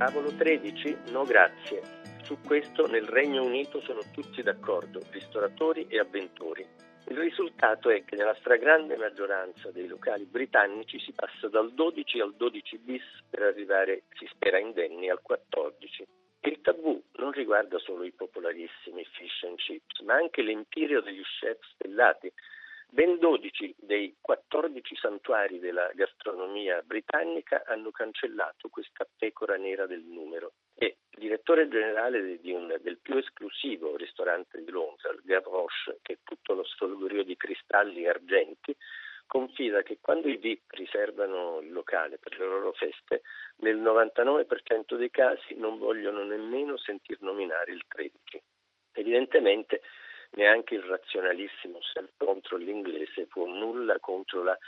Tavolo 13? No grazie. Su questo nel Regno Unito sono tutti d'accordo, ristoratori e avventori. Il risultato è che nella stragrande maggioranza dei locali britannici si passa dal 12 al 12 bis per arrivare, si spera indenni, al 14. Il tabù non riguarda solo i popolarissimi fish and chips, ma anche l'empirio degli chef stellati. Ben 12 dei 14 santuari della gastronomia britannica hanno cancellato questa pecora nera del numero. E il direttore generale del più esclusivo ristorante di Londra, il Gavroche, che è tutto lo sfolgorio di cristalli e argenti, confida che quando i VIP riservano il locale per le loro feste, nel 99% dei casi non vogliono nemmeno sentir nominare il 13. Evidentemente neanche il razionalissimo self-control inglese può nulla contro la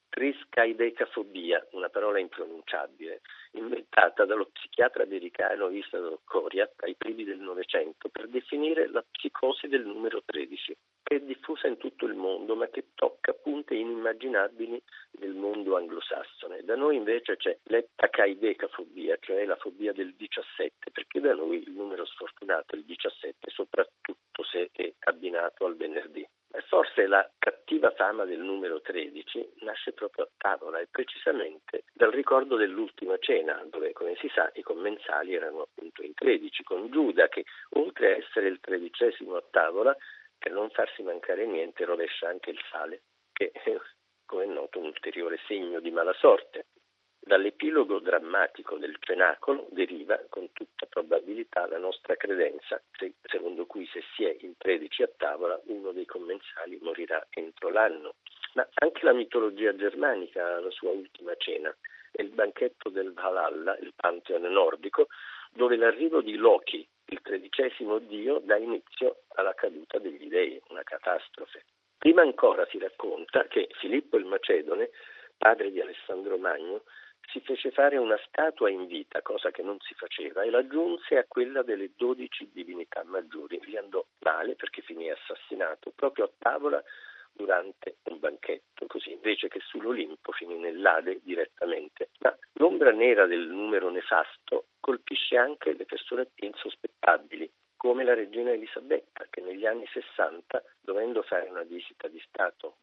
triskaidecafobia, una parola impronunciabile, inventata dallo psichiatra americano Isadore Coriat ai primi del Novecento per definire la psicosi del numero 13, che è diffusa in tutto il mondo ma che tocca punte inimmaginabili del mondo anglosassone. Da noi invece c'è l'ettacaidecafobia, cioè la fobia del 17, perché da noi il numero sfortunato è il 17, soprattutto se è abbinato al venerdì. E forse la cattiva fama del numero 13 nasce proprio a tavola e precisamente dal ricordo dell'ultima cena, dove, come si sa, i commensali erano appunto in 13, con Giuda che, oltre a essere il 13° a tavola, per non farsi mancare niente, rovescia anche il sale, che è, come è noto, un ulteriore segno di mala sorte. Dall'epilogo drammatico del cenacolo deriva con tutta probabilità la nostra credenza, secondo cui se si è in 13 a tavola uno dei commensali morirà entro l'anno. Ma anche la mitologia germanica ha la sua ultima cena, è il banchetto del Valhalla, il Pantheon nordico, dove l'arrivo di Loki, il 13° dio, dà inizio alla caduta degli dei, una catastrofe. Prima ancora si racconta che Filippo il Macedone, padre di Alessandro Magno, si fece fare una statua in vita, cosa che non si faceva, e la aggiunse a quella delle 12 divinità maggiori. Gli andò male perché finì assassinato proprio a tavola durante un banchetto, così invece che sull'Olimpo finì nell'Ade direttamente. Ma l'ombra nera del numero nefasto colpisce anche le persone insospettabili, come la regina Elisabetta, che negli anni 60, dovendo fare una visita di Stato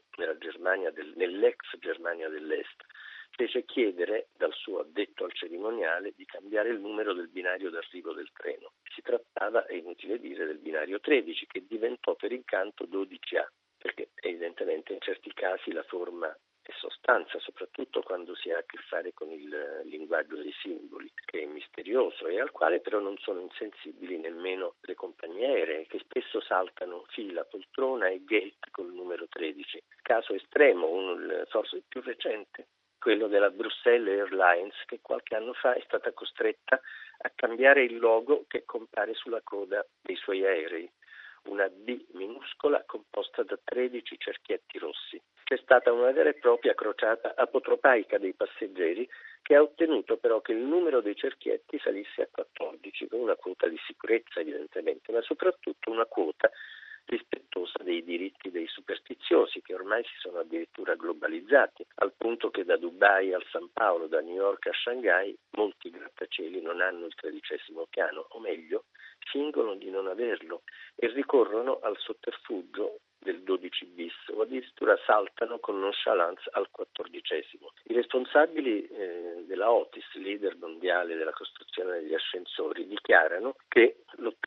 nell'ex Germania dell'Est, fece chiedere dal suo addetto al cerimoniale di cambiare il numero del binario d'arrivo del treno. Si trattava, è inutile dire, del binario 13, che diventò per incanto 12A, perché evidentemente in certi casi la forma è sostanza, soprattutto quando si ha a che fare con il linguaggio dei simboli, che è misterioso e al quale però non sono insensibili nemmeno le compagnie aeree, che spesso saltano fila, poltrona e gate col numero 13. Caso estremo, forse il più recente, quello della Bruxelles Airlines, che qualche anno fa è stata costretta a cambiare il logo che compare sulla coda dei suoi aerei, una B minuscola composta da 13 cerchietti rossi. C'è stata una vera e propria crociata apotropaica dei passeggeri che ha ottenuto però che il numero dei cerchietti salisse a 14, con una quota di sicurezza evidentemente, ma soprattutto una quota rispettosa dei diritti dei superstiziosi, che ormai si sono addirittura globalizzati, al punto che da Dubai al San Paolo, da New York a Shanghai, molti grattacieli non hanno il 13° piano, o meglio, fingono di non averlo e ricorrono al sotterfugio del 12 bis o addirittura saltano con nonchalance al 14°. I responsabili della Otis, leader mondiale della costruzione degli ascensori, dichiarano che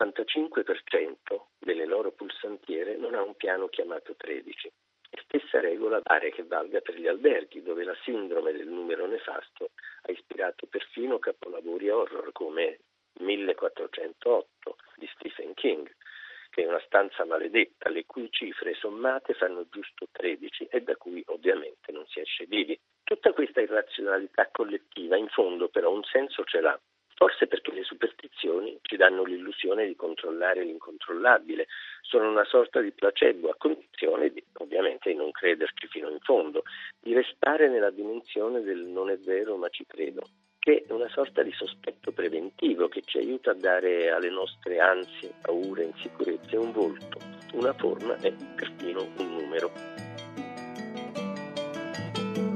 l'85% delle loro pulsantiere non ha un piano chiamato 13. E stessa regola pare che valga per gli alberghi, dove la sindrome del numero nefasto ha ispirato perfino capolavori horror come 1408 di Stephen King, che è una stanza maledetta, le cui cifre sommate fanno giusto 13 e da cui ovviamente non si esce vivi. Tutta questa irrazionalità collettiva in fondo però un senso ce l'ha, forse perché le superstizioni ci danno l'illusione di controllare l'incontrollabile, sono una sorta di placebo, a condizione di, ovviamente, di non crederci fino in fondo, di restare nella dimensione del non è vero ma ci credo, che è una sorta di sospetto preventivo che ci aiuta a dare alle nostre ansie, paure, insicurezze un volto, una forma e perfino un numero.